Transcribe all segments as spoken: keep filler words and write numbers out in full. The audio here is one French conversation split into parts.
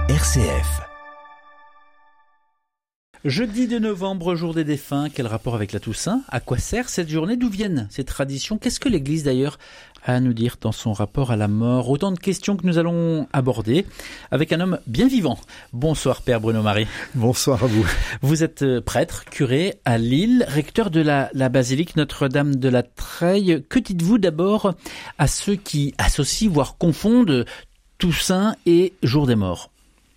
R C F. Jeudi de novembre, jour des défunts, quel rapport avec la Toussaint? À quoi sert cette journée? D'où viennent ces traditions? Qu'est-ce que l'Église d'ailleurs a à nous dire dans son rapport à la mort? Autant de questions que nous allons aborder avec un homme bien vivant. Bonsoir Père Bruno Marie. Bonsoir à vous. Vous êtes prêtre, curé à Lille, recteur de la, la basilique Notre-Dame de la Treille. Que dites-vous d'abord à ceux qui associent, voire confondent Toussaint et Jour des morts?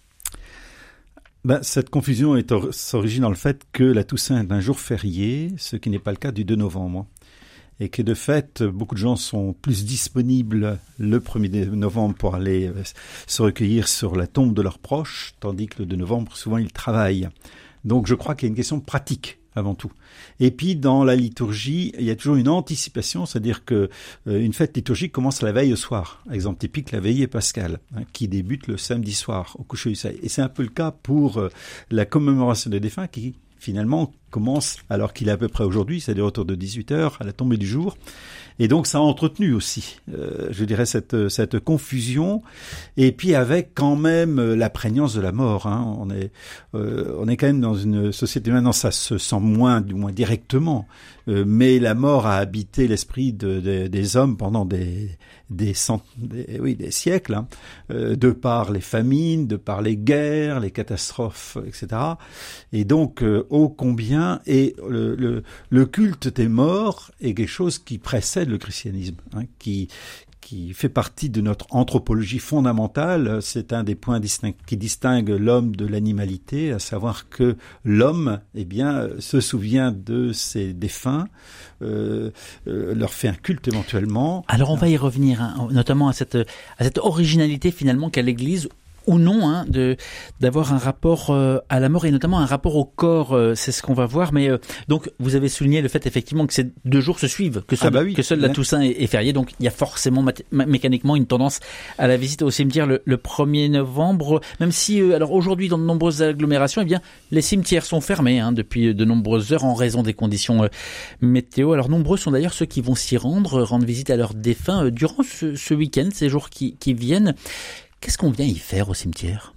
Ben, cette confusion est or- s'origine dans le fait que la Toussaint est un jour férié, ce qui n'est pas le cas du deux novembre. Et que de fait, beaucoup de gens sont plus disponibles le premier novembre pour aller euh, se recueillir sur la tombe de leurs proches, tandis que le deux novembre, souvent, ils travaillent. Donc je crois qu'il y a une question pratique avant tout. Et puis dans la liturgie, il y a toujours une anticipation, c'est-à-dire que euh, une fête liturgique commence la veille au soir. Exemple typique, la veillée pascale, hein, qui débute le samedi soir au coucher du soleil. Et c'est un peu le cas pour euh, la commémoration des défunts qui finalement commence alors qu'il est à peu près aujourd'hui, c'est-à-dire autour de dix-huit heures à la tombée du jour. Et donc ça a entretenu aussi, euh, je dirais, cette, cette confusion. Et puis avec quand même la prégnance de la mort. Hein. On est, euh, on est quand même dans une société, maintenant ça se sent moins, du moins directement. Euh, mais la mort a habité l'esprit de, de, des hommes pendant des, des, cent, des, oui, des siècles, hein, euh, de par les famines, de par les guerres, les catastrophes, et cetera. Et donc, euh, ô combien, et le, le, le culte des morts est quelque chose qui précède le christianisme, hein, qui qui fait partie de notre anthropologie fondamentale. C'est un des points distinct, qui distingue l'homme de l'animalité, à savoir que l'homme, eh bien, se souvient de ses défunts, euh, euh, leur fait un culte éventuellement. Alors on va y revenir, hein, notamment à cette à cette originalité finalement qu'a l'Église, ou non, hein, de d'avoir un rapport euh, à la mort et notamment un rapport au corps, euh, c'est ce qu'on va voir. Mais euh, donc vous avez souligné le fait effectivement que ces deux jours se suivent, que seul, ah bah oui, que seule la Toussaint est, est fériée, donc il y a forcément mat- mécaniquement une tendance à la visite au cimetière le, le premier novembre. Même si, euh, alors aujourd'hui dans de nombreuses agglomérations, eh bien les cimetières sont fermés hein, depuis de nombreuses heures en raison des conditions euh, météo. Alors nombreux sont d'ailleurs ceux qui vont s'y rendre, rendre visite à leurs défunts euh, durant ce, ce week-end, ces jours qui, qui viennent. Qu'est-ce qu'on vient y faire au cimetière?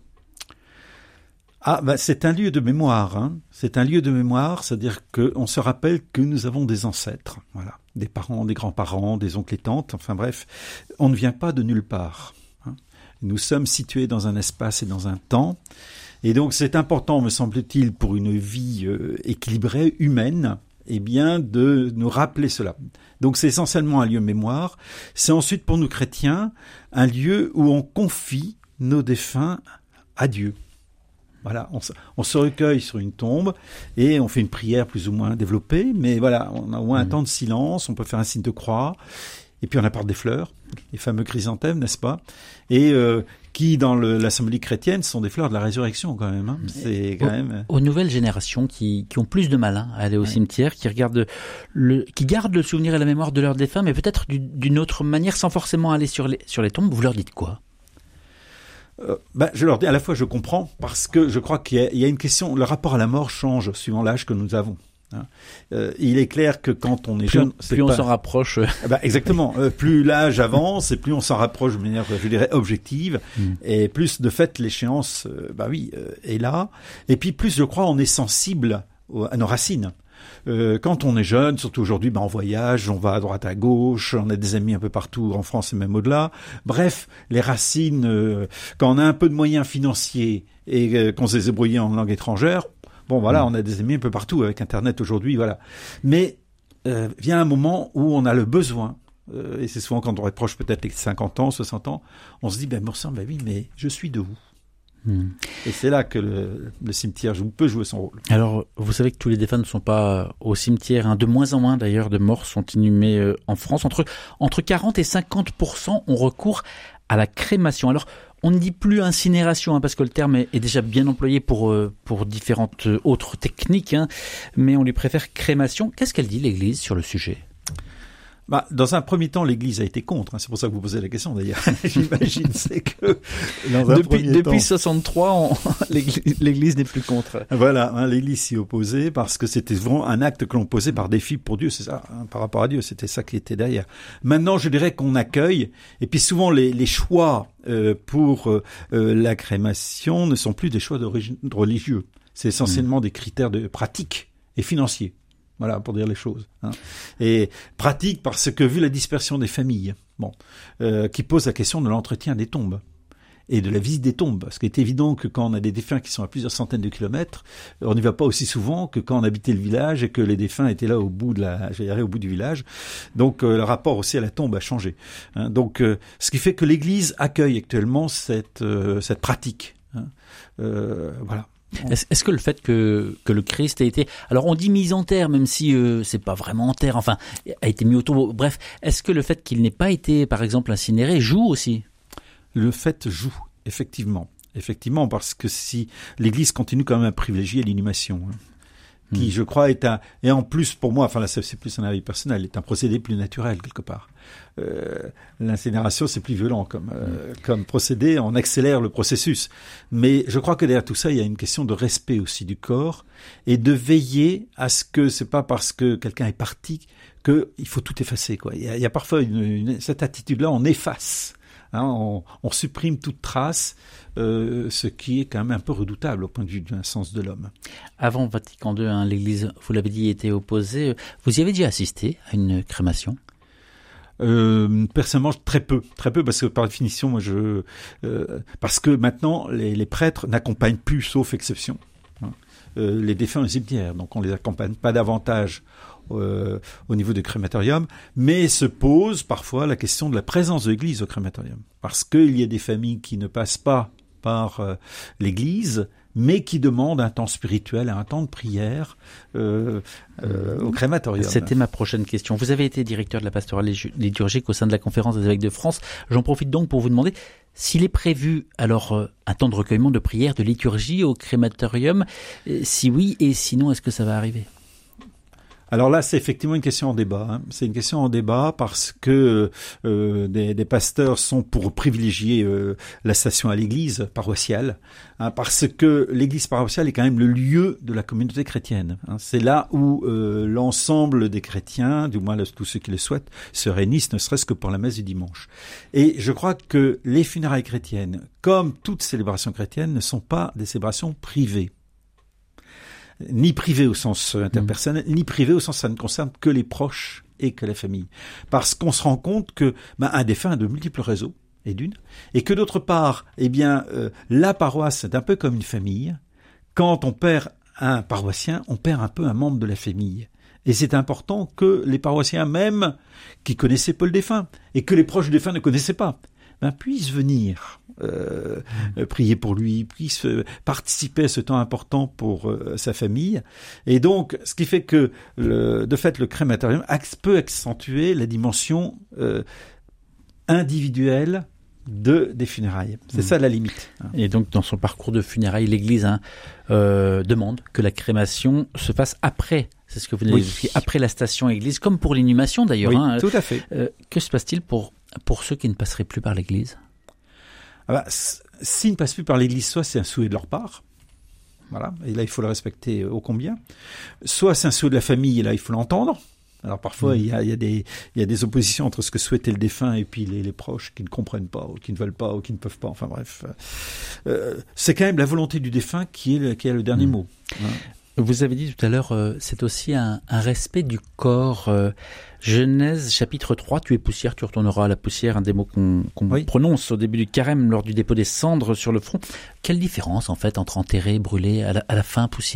Ah, bah, c'est un lieu de mémoire, hein. C'est un lieu de mémoire, c'est-à-dire qu'on se rappelle que nous avons des ancêtres, voilà. Des parents, des grands-parents, des oncles et tantes, enfin bref. On ne vient pas de nulle part, hein. Nous sommes situés dans un espace et dans un temps. Et donc, c'est important, me semble-t-il, pour une vie euh, équilibrée, humaine, eh bien, de nous rappeler cela. Donc, c'est essentiellement un lieu de mémoire. C'est ensuite, pour nous chrétiens, un lieu où on confie nos défunts à Dieu. Voilà, on se, on se recueille sur une tombe et on fait une prière plus ou moins développée, mais voilà, on a au moins un mmh. temps de silence, on peut faire un signe de croix, et puis on apporte des fleurs, les fameux chrysanthèmes, n'est-ce pas? Et euh, qui, dans le, la symbolique chrétienne, sont des fleurs de la résurrection quand même. Hein. C'est quand aux, même... aux nouvelles générations qui, qui ont plus de mal hein, à aller au ouais. cimetière, qui regardent le, qui gardent le souvenir et la mémoire de leurs défunts, mais peut-être du, d'une autre manière, sans forcément aller sur les, sur les tombes. Vous leur dites quoi? Euh, ben, je leur dis, à la fois je comprends, parce que je crois qu'il y a, il y a une question, le rapport à la mort change suivant l'âge que nous avons. Hein. Euh, il est clair que quand on est plus jeune, on, c'est plus pas... on s'en rapproche. Ah bah exactement. Euh, plus l'âge avance et plus on s'en rapproche de manière, je dirais, objective. Mm. Et plus de fait l'échéance, euh, bah oui, euh, est là. Et puis plus, je crois, on est sensible au, à nos racines. Euh, quand on est jeune, surtout aujourd'hui, ben on voyage, on va à droite à gauche, on a des amis un peu partout en France et même au-delà. Bref, les racines, euh, quand on a un peu de moyens financiers et euh, qu'on s'est débrouillé en langue étrangère, bon voilà, mmh. on a des amis un peu partout avec Internet aujourd'hui, voilà. Mais euh, vient un moment où on a le besoin, euh, et c'est souvent quand on reproche peut-être les cinquante ans, soixante ans, on se dit, ben Morsan, ben oui, mais je suis de où? Mmh. Et c'est là que le, le cimetière joue, peut jouer son rôle. Alors, vous savez que tous les défunts ne sont pas au cimetière. Hein. De moins en moins, d'ailleurs, de morts sont inhumés euh, en France. Entre, entre quarante et cinquante pour cent ont recours à la crémation. Alors, on ne dit plus incinération, hein, parce que le terme est, est déjà bien employé pour, euh, pour différentes euh, autres techniques, hein, mais on lui préfère crémation. Qu'est-ce qu'elle dit, l'Église, sur le sujet ? Bah, dans un premier temps, l'Église a été contre. Hein, c'est pour ça que vous posez la question d'ailleurs. J'imagine, c'est que dans un depuis, premier depuis temps, soixante-trois, on, l'Église, l'Église n'est plus contre. Voilà, hein, l'Église s'y opposait parce que c'était vraiment un acte que l'on posait par défi pour Dieu, c'est ça, hein, par rapport à Dieu, c'était ça qui était derrière. Maintenant, je dirais qu'on accueille, et puis souvent les, les choix euh, pour euh, la crémation ne sont plus des choix d'origine religieux. C'est essentiellement mmh. des critères de pratiques et financiers. Voilà, pour dire les choses. Hein. Et pratique parce que vu la dispersion des familles, bon, euh, qui pose la question de l'entretien des tombes et de la visite des tombes, parce qu'il est évident que quand on a des défunts qui sont à plusieurs centaines de kilomètres, on n'y va pas aussi souvent que quand on habitait le village et que les défunts étaient là au bout de la, j'allais dire au bout du village. Donc euh, le rapport aussi à la tombe a changé. Hein. Donc, euh, ce qui fait que l'Église accueille actuellement cette euh, cette pratique. Hein. Euh, voilà. Est-ce, est-ce que le fait que que le Christ ait été, alors on dit mis en terre, même si euh, c'est pas vraiment en terre, enfin a été mis au tombeau. Bref, est-ce que le fait qu'il n'ait pas été, par exemple, incinéré, joue aussi? Le fait joue, effectivement, effectivement, parce que si l'Église continue quand même à privilégier l'inhumation, hein, mmh. qui, je crois, est un, et en plus pour moi, enfin là c'est plus un avis personnel, est un procédé plus naturel quelque part. Euh, l'incinération c'est plus violent comme euh, comme procédé, on accélère le processus. Mais je crois que derrière tout ça il y a une question de respect aussi du corps et de veiller à ce que c'est pas parce que quelqu'un est parti que il faut tout effacer quoi. Il y a, il y a parfois une, une, cette attitude-là, on efface, hein, on, on supprime toute trace, euh, ce qui est quand même un peu redoutable au point de vue d'un sens de l'homme. Avant Vatican deux, hein, l'Église, vous l'avez dit, était opposée. Vous y avez déjà assisté à une crémation? Euh, personnellement, très peu, très peu, parce que par définition, moi, je, euh, parce que maintenant, les, les prêtres n'accompagnent plus, sauf exception, hein, euh, les défunts au cimetière. Donc, on les accompagne pas davantage euh, au niveau du crématorium, mais se pose parfois la question de la présence de l'Église au crématorium, parce qu'il y a des familles qui ne passent pas par euh, l'Église, mais qui demandent un temps spirituel, un temps de prière euh, euh, au crématorium. C'était ma prochaine question. Vous avez été directeur de la pastorale liturgique au sein de la Conférence des évêques de France. J'en profite donc pour vous demander s'il est prévu alors euh, un temps de recueillement de prière, de liturgie au crématorium. Si oui, et sinon, est-ce que ça va arriver ? Alors là, c'est effectivement une question en débat. Hein. C'est une question en débat parce que euh, des, des pasteurs sont pour privilégier euh, la station à l'église paroissiale, hein, parce que l'église paroissiale est quand même le lieu de la communauté chrétienne. Hein. C'est là où euh, l'ensemble des chrétiens, du moins tous ceux qui le souhaitent, se réunissent, ne serait-ce que pour la messe du dimanche. Et je crois que les funérailles chrétiennes, comme toute célébration chrétienne, ne sont pas des célébrations privées. Ni privé au sens interpersonnel, mmh. ni privé au sens ça ne concerne que les proches et que la famille. Parce qu'on se rend compte que ben, un défunt a de multiples réseaux, et d'une, et que d'autre part, eh bien, euh, la paroisse est un peu comme une famille. Quand on perd un paroissien, on perd un peu un membre de la famille. Et c'est important que les paroissiens même, qui connaissaient pas le défunt, et que les proches du défunt ne connaissaient pas, ben, puissent venir euh, mmh. prier pour lui, puissent participer à ce temps important pour euh, sa famille. Et donc, ce qui fait que, le, de fait, le crématorium peut accentuer la dimension euh, individuelle de, des funérailles. C'est mmh. ça la limite. Et donc, dans son parcours de funérailles, l'Église hein, euh, demande que la crémation se fasse après. C'est ce que vous venez oui. d'expliquer, après la station église, comme pour l'inhumation d'ailleurs. Oui, hein. tout à fait. Euh, que se passe-t-il pour pour ceux qui ne passeraient plus par l'église ? Ah bah, s'ils ne passent plus par l'église, soit c'est un souhait de leur part, voilà, et là il faut le respecter ô combien. Soit c'est un souhait de la famille, et là il faut l'entendre. Alors parfois mmh. il y a il y a des il y a des oppositions entre ce que souhaitait le défunt et puis les, les proches qui ne comprennent pas ou qui ne veulent pas ou qui ne peuvent pas. Enfin bref, euh, c'est quand même la volonté du défunt qui est le, qui a le dernier mmh. mot. Hein. Vous avez dit tout à l'heure, euh, c'est aussi un, un respect du corps. Euh, Genèse chapitre trois, tu es poussière, tu retourneras à la poussière, un des mots qu'on, qu'on oui. prononce au début du carême lors du dépôt des cendres sur le front. Quelle différence en fait entre enterrer, brûler, à la, à la fin poussière ?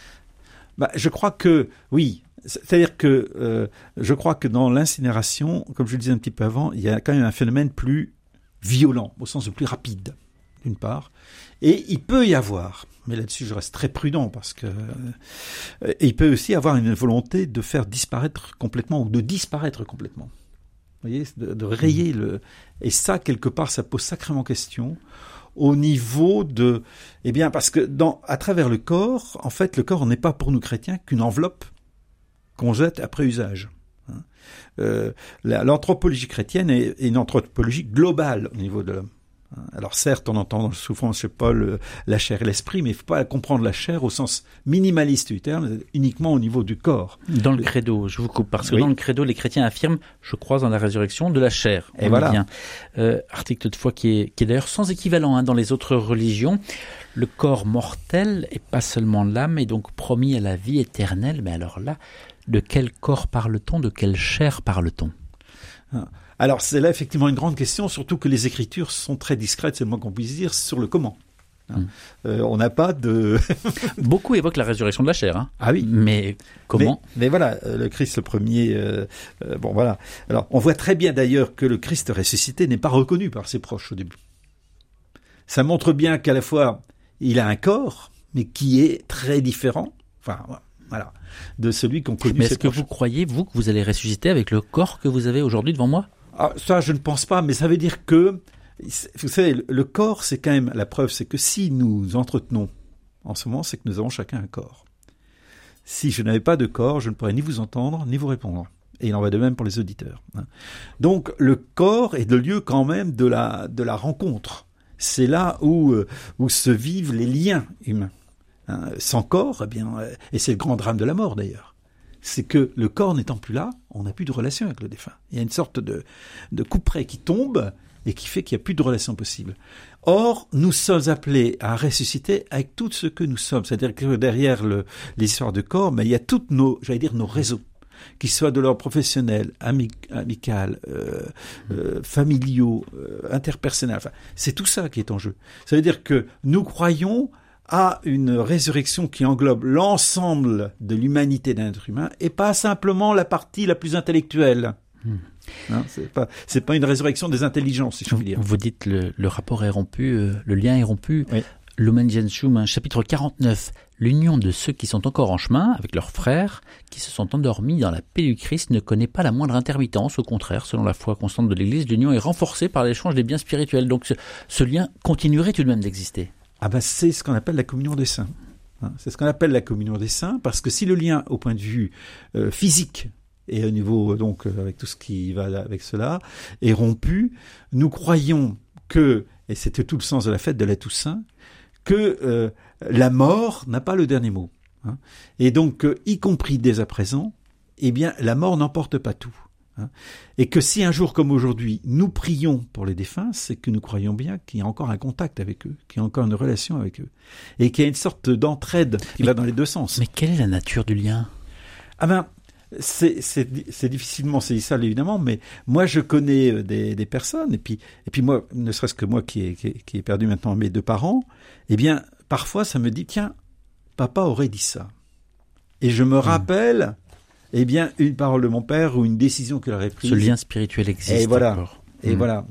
Bah, je crois que oui. C'est-à-dire que euh, je crois que dans l'incinération, comme je le disais un petit peu avant, il y a quand même un phénomène plus violent, au sens le plus rapide, d'une part. Et il peut y avoir, mais là-dessus je reste très prudent parce que euh, il peut aussi avoir une volonté de faire disparaître complètement ou de disparaître complètement. Vous voyez, de, de rayer mmh. le. Et ça quelque part, ça pose sacrément question au niveau de, eh bien, parce que dans à travers le corps, en fait, le corps n'est pas pour nous chrétiens qu'une enveloppe qu'on jette après usage. Euh, l'anthropologie chrétienne est, est une anthropologie globale au niveau de l'homme. Alors certes, on entend dans le souffrance chez Paul la chair et l'esprit, mais il ne faut pas comprendre la chair au sens minimaliste du terme, uniquement au niveau du corps. Dans le credo, je vous coupe, parce que oui. dans le credo, les chrétiens affirment, je crois en la résurrection de la chair. Et voilà. Bien. Euh, article de foi qui est, qui est d'ailleurs sans équivalent hein, dans les autres religions. Le corps mortel et pas seulement l'âme est donc promis à la vie éternelle. Mais alors là, de quel corps parle-t-on, de quelle chair parle-t-on ? ah. Alors c'est là effectivement une grande question, surtout que les Écritures sont très discrètes, c'est le moins qu'on puisse dire, sur le comment. Hein. Mmh. Euh, on n'a pas de... Beaucoup évoquent la résurrection de la chair. Hein. Ah oui. Mais comment ? mais, mais voilà, le Christ le premier... Euh, euh, bon voilà. Alors on voit très bien d'ailleurs que le Christ ressuscité n'est pas reconnu par ses proches au début. Ça montre bien qu'à la fois il a un corps, mais qui est très différent. Enfin voilà, de celui qu'on connaît. Mais est-ce que vous croyez, vous, que vous allez ressusciter avec le corps que vous avez aujourd'hui devant moi ? Ah, ça, je ne pense pas, mais ça veut dire que, vous savez, le corps, c'est quand même, la preuve, c'est que si nous entretenons en ce moment, c'est que nous avons chacun un corps. Si je n'avais pas de corps, je ne pourrais ni vous entendre, ni vous répondre. Et il en va de même pour les auditeurs. Donc, le corps est le lieu quand même de la, de la rencontre. C'est là où, où se vivent les liens humains. Sans corps, eh bien, et c'est le grand drame de la mort d'ailleurs, c'est que le corps n'étant plus là, on n'a plus de relation avec le défunt. Il y a une sorte de, de couperet qui tombe et qui fait qu'il n'y a plus de relation possible. Or, nous sommes appelés à ressusciter avec tout ce que nous sommes. C'est-à-dire que derrière le, les histoires de corps, mais il y a tous nos, j'allais dire, nos réseaux, qu'ils soient de l'ordre professionnel, amic, amical, euh, euh, familiaux, euh, interpersonnels. Enfin, c'est tout ça qui est en jeu. Ça veut dire que nous croyons à une résurrection qui englobe l'ensemble de l'humanité d'un être humain et pas simplement la partie la plus intellectuelle. Hmm. Hein, c'est pas, c'est pas une résurrection des intelligences, si je puis dire. Vous dites le, le rapport est rompu, euh, le lien est rompu. Oui. Lumen Gentium, hein, chapitre quarante-neuf, l'union de ceux qui sont encore en chemin avec leurs frères, qui se sont endormis dans la paix du Christ, ne connaît pas la moindre intermittence. Au contraire, selon la foi constante de l'Église, l'union est renforcée par l'échange des biens spirituels. Donc ce, ce lien continuerait tout de même d'exister. Ah ben c'est ce qu'on appelle la communion des saints. C'est ce qu'on appelle la communion des saints, parce que si le lien, au point de vue euh, physique, et au niveau, donc, avec tout ce qui va avec cela, est rompu, nous croyons que, et c'était tout le sens de la fête de la Toussaint, que euh, la mort n'a pas le dernier mot. Hein. Et donc, euh, y compris dès à présent, eh bien, la mort n'emporte pas tout. Hein. Et que si un jour comme aujourd'hui, nous prions pour les défunts, c'est que nous croyons bien qu'il y a encore un contact avec eux, qu'il y a encore une relation avec eux, et qu'il y a une sorte d'entraide qui mais, va dans les deux sens. Mais quelle est la nature du lien ? Ah ben, c'est, c'est, c'est difficilement saisissable évidemment, mais moi je connais des, des personnes, et puis, et puis moi, ne serait-ce que moi qui ai, qui, qui ai perdu maintenant mes deux parents, eh bien, parfois ça me dit, tiens, papa aurait dit ça. Et je me mmh. rappelle... Eh bien, une parole de mon père ou une décision qu'il aurait prise. Ce lien spirituel existe. Et voilà. Encore. Et mmh. voilà.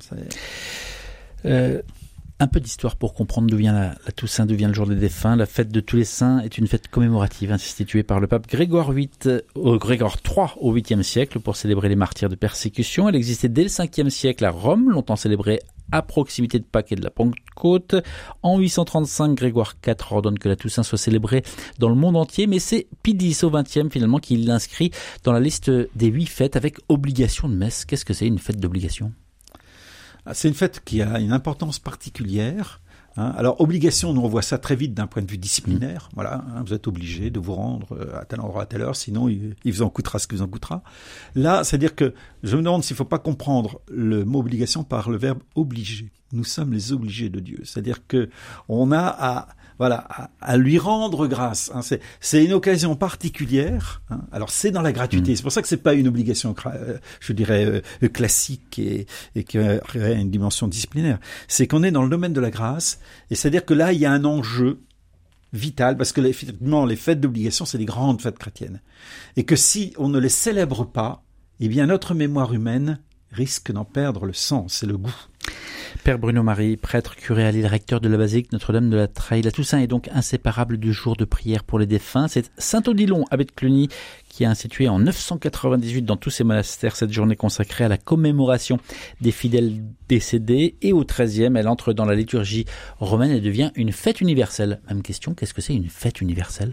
Euh, un peu d'histoire pour comprendre d'où vient la, la Toussaint, d'où vient le jour des défunts. La fête de tous les saints est une fête commémorative instituée par le pape Grégoire huit, euh, Grégoire trois au huitième siècle pour célébrer les martyrs de persécution. Elle existait dès le cinquième siècle à Rome, longtemps célébrée à proximité de Pâques et de la Pentecôte. En huit cent trente-cinq, Grégoire quatre ordonne que la Toussaint soit célébrée dans le monde entier, mais c'est Pie X au vingtième finalement qui l'inscrit dans la liste des huit fêtes avec obligation de messe. Qu'est-ce que c'est une fête d'obligation ? C'est une fête qui a une importance particulière. Hein. Alors, obligation, nous on voit ça très vite d'un point de vue disciplinaire. Mmh. Voilà, hein, vous êtes obligé de vous rendre à tel endroit à telle heure, sinon il, il vous en coûtera ce qui vous en coûtera. Là, c'est-à-dire que je me demande s'il ne faut pas comprendre le mot obligation par le verbe obliger. Nous sommes les obligés de Dieu. C'est-à-dire que on a à voilà à, à lui rendre grâce. Hein. C'est, c'est une occasion particulière. Hein. Alors c'est dans la gratuité. Mmh. C'est pour ça que c'est pas une obligation, je dirais euh, classique et, et qui a une dimension disciplinaire. C'est qu'on est dans le domaine de la grâce. Et c'est-à-dire que là, il y a un enjeu vital, parce que effectivement, les fêtes d'obligation, c'est les grandes fêtes chrétiennes. Et que si on ne les célèbre pas, eh bien, notre mémoire humaine risque d'en perdre le sens et le goût. Père Bruno Marie, prêtre, curé à Lille, recteur de la basilique Notre-Dame de la Traille. La Toussaint est donc inséparable du jour de prière pour les défunts. C'est saint Odilon, abbé de Cluny, qui a institué en neuf cent quatre-vingt-dix-huit dans tous ses monastères cette journée consacrée à la commémoration des fidèles décédés. Et au treizième, elle entre dans la liturgie romaine et devient une fête universelle. Même question, qu'est-ce que c'est une fête universelle ?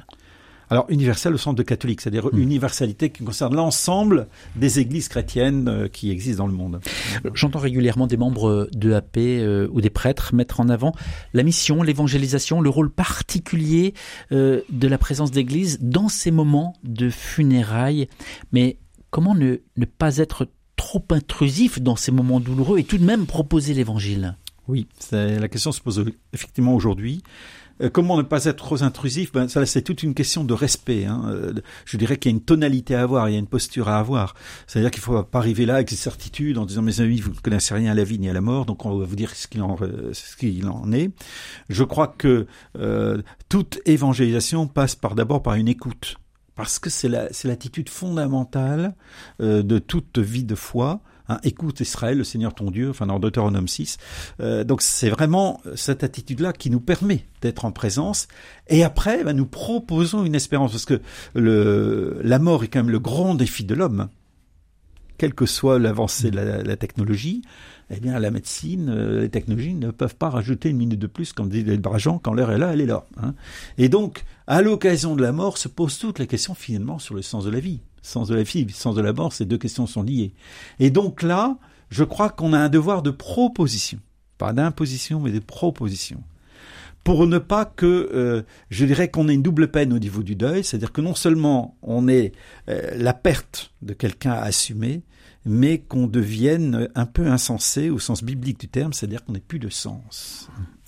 Alors, universel au sens de catholique, c'est-à-dire mmh. universalité qui concerne l'ensemble des églises chrétiennes euh, qui existent dans le monde. J'entends régulièrement des membres de A P euh, ou des prêtres mettre en avant la mission, l'évangélisation, le rôle particulier euh, de la présence d'église dans ces moments de funérailles. Mais comment ne, ne pas être trop intrusif dans ces moments douloureux et tout de même proposer l'évangile ? Oui, c'est, la question se pose effectivement aujourd'hui. Euh, comment ne pas être trop intrusif? Ben, ça, c'est toute une question de respect. Hein. Euh, je dirais qu'il y a une tonalité à avoir, il y a une posture à avoir. C'est-à-dire qu'il ne faut pas arriver là avec des certitudes en disant « Mes amis, vous ne connaissez rien à la vie ni à la mort, donc on va vous dire ce qu'il en, ce qu'il en est. » Je crois que euh, toute évangélisation passe par d'abord par une écoute. Parce que c'est, la, c'est l'attitude fondamentale euh, de toute vie de foi. Hein, écoute Israël, le Seigneur ton Dieu, enfin dans Deutéronome six. Euh, donc c'est vraiment cette attitude-là qui nous permet d'être en présence. Et après, ben, nous proposons une espérance, parce que le, la mort est quand même le grand défi de l'homme. Quelle que soit l'avancée de la, la technologie, eh bien la médecine, euh, les technologies ne peuvent pas rajouter une minute de plus, comme dit les Brajan, quand l'heure est là, elle est là. Hein. Et donc, à l'occasion de la mort, se posent toutes les questions finalement sur le sens de la vie. Sens de la vie, sens de la mort, ces deux questions sont liées. Et donc là, je crois qu'on a un devoir de proposition. Pas d'imposition, mais de proposition. Pour ne pas que, euh, je dirais qu'on ait une double peine au niveau du deuil, c'est-à-dire que non seulement on ait euh, la perte de quelqu'un à assumer, mais qu'on devienne un peu insensé au sens biblique du terme, c'est-à-dire qu'on n'ait plus de sens.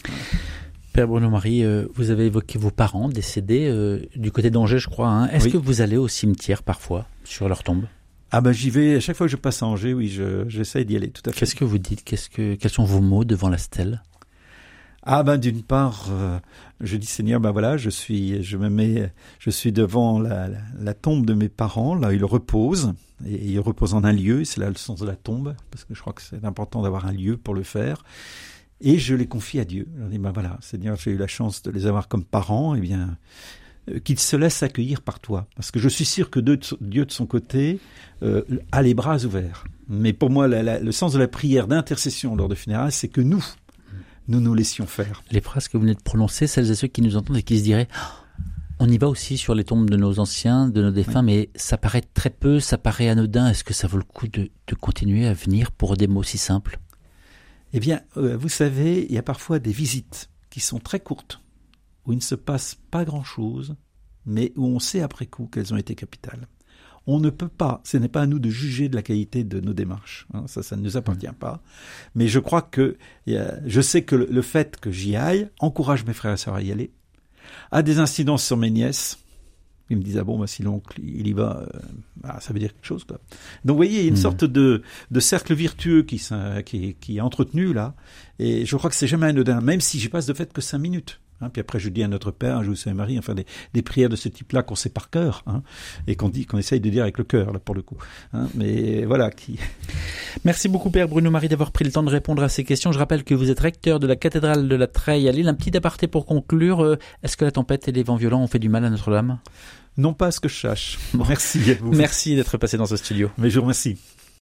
Père Bruno-Marie, euh, vous avez évoqué vos parents décédés euh, du côté d'Angers, je crois. Hein. Est-ce oui. que vous allez au cimetière parfois, sur leur tombe ? Ah ben j'y vais, à chaque fois que je passe à Angers, oui, je, j'essaie d'y aller, tout à fait. Qu'est-ce que vous dites ? Qu'est-ce que, quels sont vos mots devant la stèle ? Ah ben d'une part, euh, je dis Seigneur, ben voilà, je suis, je me mets, je suis devant la, la, la tombe de mes parents, là ils reposent, et ils reposent en un lieu, c'est là le sens de la tombe, parce que je crois que c'est important d'avoir un lieu pour le faire. Et je les confie à Dieu. Je leur dis, ben voilà, Seigneur, j'ai eu la chance de les avoir comme parents, et bien, euh, qu'ils se laissent accueillir par toi. Parce que je suis sûr que Dieu, Dieu de son côté, euh, a les bras ouverts. Mais pour moi, la, la, le sens de la prière d'intercession lors de funérailles, c'est que nous, nous nous laissions faire. Les phrases que vous venez de prononcer, celles et ceux qui nous entendent et qui se diraient, on y va aussi sur les tombes de nos anciens, de nos défunts, oui. mais ça paraît très peu, ça paraît anodin. Est-ce que ça vaut le coup de, de continuer à venir pour des mots si simples ? Eh bien, euh, vous savez, il y a parfois des visites qui sont très courtes, où il ne se passe pas grand-chose, mais où on sait après coup qu'elles ont été capitales. On ne peut pas, ce n'est pas à nous de juger de la qualité de nos démarches, hein, ça, ça ne nous appartient pas. Mais je crois que, je sais que le, le fait que j'y aille encourage mes frères et sœurs à y aller, a des incidences sur mes nièces. Ils me disent, ah bon, bah, si l'oncle, il y va, euh, bah, ça veut dire quelque chose, quoi. Donc, vous voyez, il y a une mmh. sorte de, de cercle vertueux qui, qui, qui est entretenu, là. Et je crois que c'est jamais anodin, même si j'y passe de fait que cinq minutes. Hein, puis après, je dis à notre Père, je vous Saint Marie, enfin, des, des prières de ce type-là qu'on sait par cœur, hein, et qu'on dit, qu'on essaye de dire avec le cœur, là, pour le coup. Hein, mais voilà, qui. Merci beaucoup, Père Bruno-Marie, d'avoir pris le temps de répondre à ces questions. Je rappelle que vous êtes recteur de la cathédrale de la Treille à Lille. Un petit aparté pour conclure. Euh, est-ce que la tempête et les vents violents ont fait du mal à Notre-Dame ? Non pas à ce que je sache. Bon. Merci à vous. Merci d'être passé dans ce studio. Mais je vous remercie.